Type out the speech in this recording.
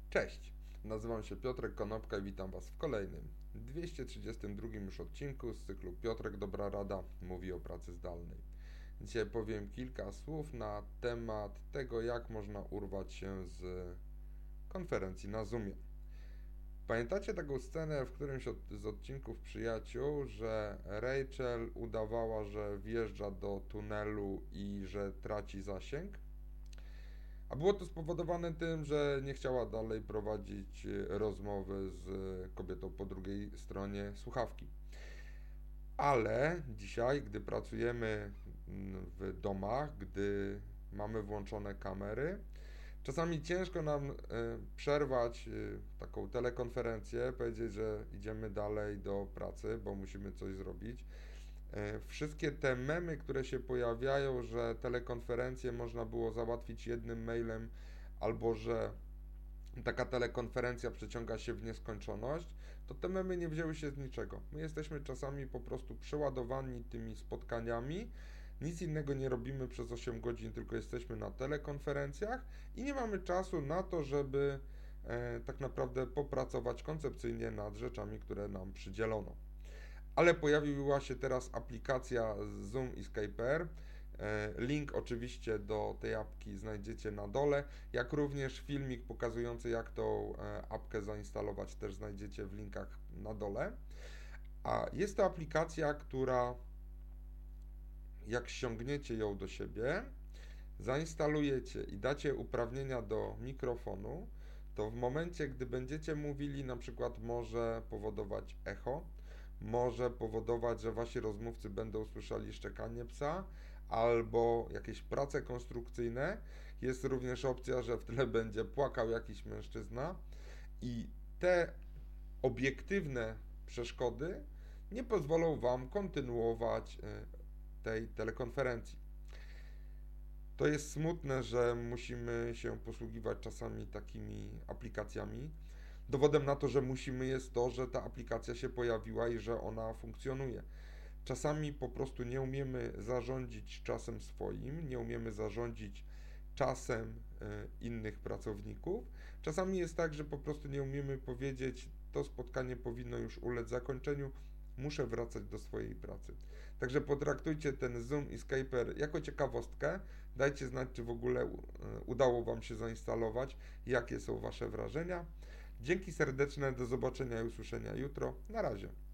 Cześć, nazywam się Piotrek Konopka i witam Was w kolejnym 232 już odcinku z cyklu Piotrek Dobra Rada mówi o pracy zdalnej. Dzisiaj powiem kilka słów na temat tego, jak można urwać się z konferencji na Zoomie. Pamiętacie taką scenę w którymś z odcinków Przyjaciół, że Rachel udawała, że wjeżdża do tunelu i że traci zasięg? A było to spowodowane tym, że nie chciała dalej prowadzić rozmowy z kobietą po drugiej stronie słuchawki. Ale dzisiaj, gdy pracujemy w domach, gdy mamy włączone kamery, czasami ciężko nam przerwać taką telekonferencję, powiedzieć, że idziemy dalej do pracy, bo musimy coś zrobić. Wszystkie te memy, które się pojawiają, że telekonferencję można było załatwić jednym mailem, albo że taka telekonferencja przeciąga się w nieskończoność, to te memy nie wzięły się z niczego. My jesteśmy czasami po prostu przeładowani tymi spotkaniami, nic innego nie robimy przez 8 godzin, tylko jesteśmy na telekonferencjach i nie mamy czasu na to, żeby tak naprawdę popracować koncepcyjnie nad rzeczami, które nam przydzielono. Ale pojawiła się teraz aplikacja Zoom i Skype'er. Link oczywiście do tej apki znajdziecie na dole, jak również filmik pokazujący, jak tą apkę zainstalować, też znajdziecie w linkach na dole. A jest to aplikacja, która jak ściągniecie ją do siebie, zainstalujecie i dacie uprawnienia do mikrofonu, to w momencie, gdy będziecie mówili, na przykład może powodować echo, może powodować, że wasi rozmówcy będą słyszeli szczekanie psa albo jakieś prace konstrukcyjne. Jest również opcja, że w tle będzie płakał jakiś mężczyzna i te obiektywne przeszkody nie pozwolą wam kontynuować tej telekonferencji. To jest smutne, że musimy się posługiwać czasami takimi aplikacjami. Dowodem na to, że musimy, jest to, że ta aplikacja się pojawiła i że ona funkcjonuje. Czasami po prostu nie umiemy zarządzić czasem swoim, nie umiemy zarządzić czasem innych pracowników. Czasami jest tak, że po prostu nie umiemy powiedzieć, to spotkanie powinno już ulec zakończeniu, muszę wracać do swojej pracy. Także potraktujcie ten Zoom i Skype'er jako ciekawostkę. Dajcie znać, czy w ogóle udało Wam się zainstalować, jakie są Wasze wrażenia. Dzięki serdeczne, do zobaczenia i usłyszenia jutro. Na razie.